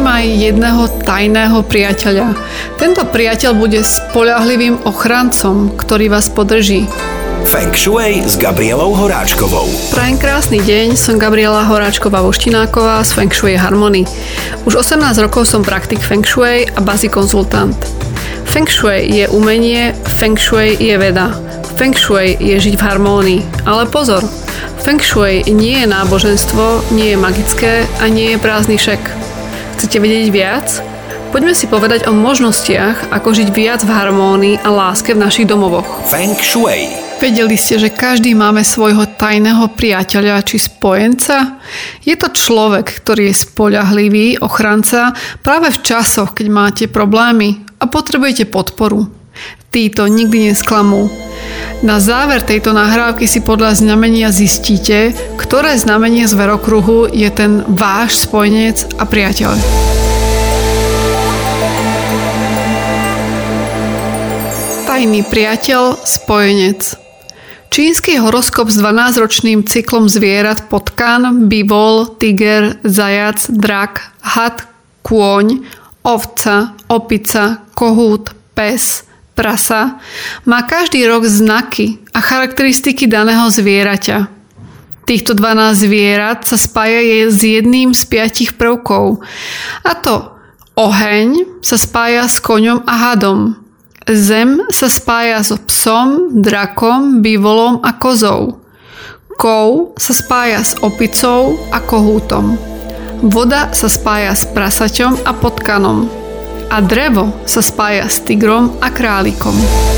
maj jedného tajného priateľa. Tento priateľ bude spoľahlivým ochrancom, ktorý vás podrží. Feng Shui s Gabrielou Horáčkovou. Prajem krásny deň, som Gabriela Horáčková-Voštináková z Feng Shui Harmony. Už 18 rokov som praktik Feng Shui a bazí konzultant. Feng Shui je umenie, Feng Shui je veda. Feng Shui je žiť v harmónii. Ale pozor, Feng Shui nie je náboženstvo, nie je magické a nie je prázdny šek. Chcete vedieť viac? Poďme si povedať o možnostiach, ako žiť viac v harmónii a láske v našich domovoch. Feng Shui. Vedeli ste, že každý máme svojho tajného priateľa či spojenca? Je to človek, ktorý je spoľahlivý ochranca práve v časoch, keď máte problémy a potrebujete podporu. Títo nikdy nesklamú. Na záver tejto nahrávky si podľa znamenia zistíte, ktoré znamenie zverokruhu je ten váš spojenec a priateľ. Tajný priateľ, spojenec. Čínsky horoskop s 12-ročným cyklom zvierat potkan, bivol, tiger, zajac, drak, had, kôň, ovca, opica, kohút, pes, prasa má každý rok znaky a charakteristiky daného zvieraťa. Týchto 12 zvierat sa spája s jedným z 5 prvkov. A to oheň sa spája s koňom a hadom. Zem sa spája so psom, drakom, bivolom a kozou. Kov sa spája s opicou a kohútom. Voda sa spája s prasaťom a potkanom. A drevo sa spája s tigrom a králikom.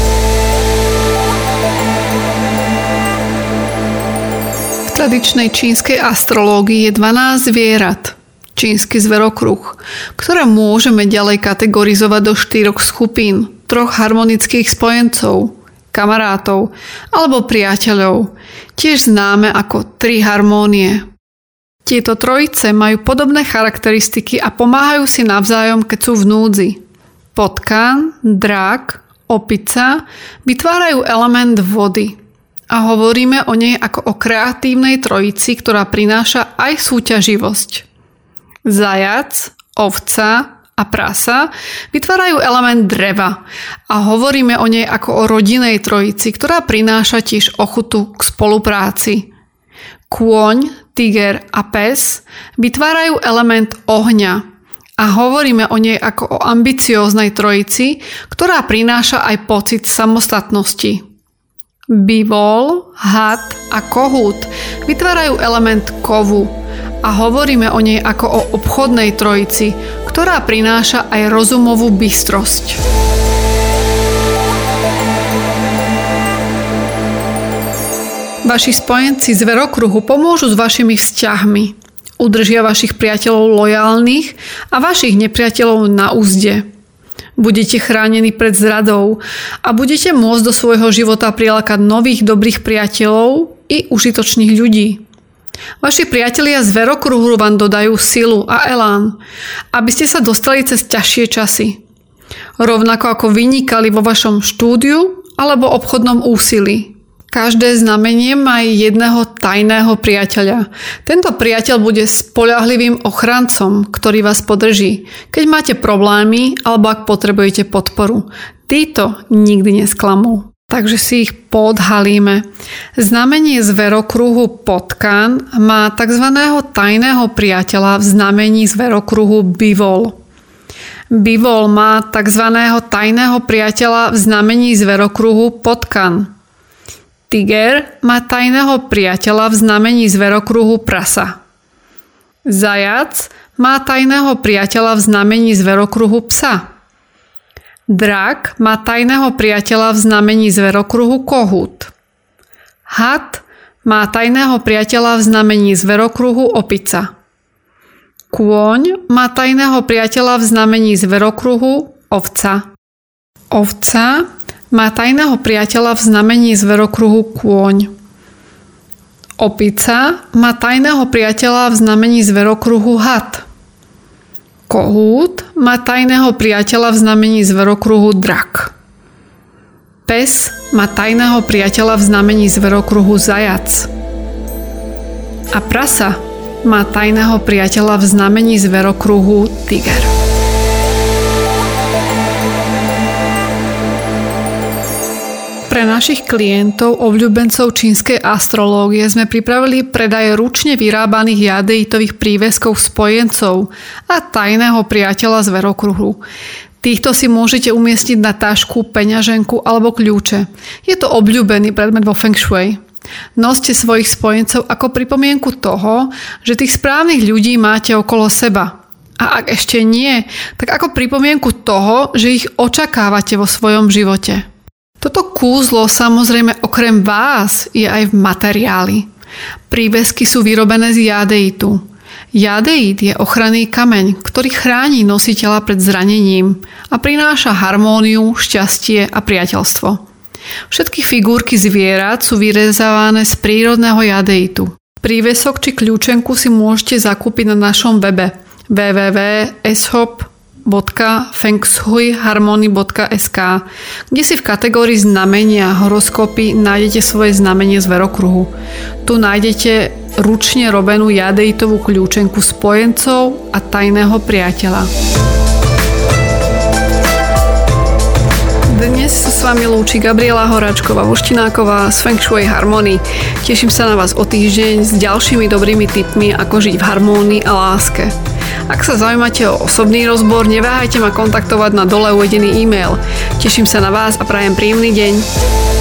V tradičnej čínskej astrológii je 12 zvierat, čínsky zverokruh, ktoré môžeme ďalej kategorizovať do 4 skupín, 3 harmonických spojencov, kamarátov alebo priateľov, tiež známe ako 3 harmónie. Tieto trojice majú podobné charakteristiky a pomáhajú si navzájom, keď sú v núdzi. Potkan, drak, opica vytvárajú element vody a hovoríme o nej ako o kreatívnej trojici, ktorá prináša aj súťaživosť. Zajac, ovca a prasa vytvárajú element dreva a hovoríme o nej ako o rodinnej trojici, ktorá prináša tiež ochutu k spolupráci. Kôň, tiger a pes vytvárajú element ohňa a hovoríme o nej ako o ambicióznej trojici, ktorá prináša aj pocit samostatnosti. Bivol, had a kohút vytvárajú element kovu a hovoríme o nej ako o obchodnej trojici, ktorá prináša aj rozumovú bystrosť. Vaši spojenci zverokruhu pomôžu s vašimi vzťahmi, udržia vašich priateľov lojálnych a vašich nepriateľov na úzde. Budete chránení pred zradou a budete môcť do svojho života prilákať nových dobrých priateľov i užitočných ľudí. Vaši priatelia zverokruhu vám dodajú silu a elán, aby ste sa dostali cez ťažšie časy. Rovnako ako vynikali vo vašom štúdiu alebo obchodnom úsilí. Každé znamenie má jedného tajného priateľa. Tento priateľ bude spoľahlivým ochrancom, ktorý vás podrží, keď máte problémy alebo ak potrebujete podporu. Títo nikdy nesklamú. Takže si ich poodhalíme. Znamenie zverokruhu potkan má tzv. Tajného priateľa v znamení zverokruhu bivol. Bivol má tzv. Tajného priateľa v znamení zverokruhu potkan. Tiger má tajného priateľa v znamení zverokruhu prasa. Zajac má tajného priateľa v znamení zverokruhu psa. Drak má tajného priateľa v znamení zverokruhu kohút. Had má tajného priateľa v znamení zverokruhu opica. Kôň má tajného priateľa v znamení zverokruhu ovca. Ovca má tajného priateľa v znamení zverokruhu kôň. Opica má tajného priateľa v znamení zverokruhu had. Kohút má tajného priateľa v znamení zverokruhu drak. Pes má tajného priateľa v znamení zverokruhu zajac. A prasa má tajného priateľa v znamení zverokruhu Tiger. Pre našich klientov, obľúbencov čínskej astrológie sme pripravili predaje ručne vyrábaných jadeitových príveskov spojencov a tajného priateľa zverokruhu. Týchto si môžete umiestniť na tašku, peňaženku alebo kľúče. Je to obľúbený predmet vo Feng Shui. Noste svojich spojencov ako pripomienku toho, že tých správnych ľudí máte okolo seba. A ak ešte nie, tak ako pripomienku toho, že ich očakávate vo svojom živote. Toto kúzlo samozrejme okrem vás je aj v materiáli. Prívesky sú vyrobené z jadeitu. Jadeit je ochranný kameň, ktorý chráni nositeľa pred zranením a prináša harmóniu, šťastie a priateľstvo. Všetky figurky zvierat sú vyrezávané z prírodného jadeitu. Prívesok či kľúčenku si môžete zakúpiť na našom webe www.fengshuiharmony.sk, kde si v kategórii znamenia horoskopy nájdete svoje znamenie zverokruhu. Tu nájdete ručne robenú jadeitovú kľúčenku spojencov a tajného priateľa. Dnes sa s vami lúči Gabriela Horáčková-Voštináková z Feng Shui Harmony. Teším sa na vás o týždeň s ďalšími dobrými tipmi, ako žiť v harmónii a láske. Ak sa zaujímate o osobný rozbor, neváhajte ma kontaktovať na dole uvedený e-mail. Teším sa na vás a prajem príjemný deň.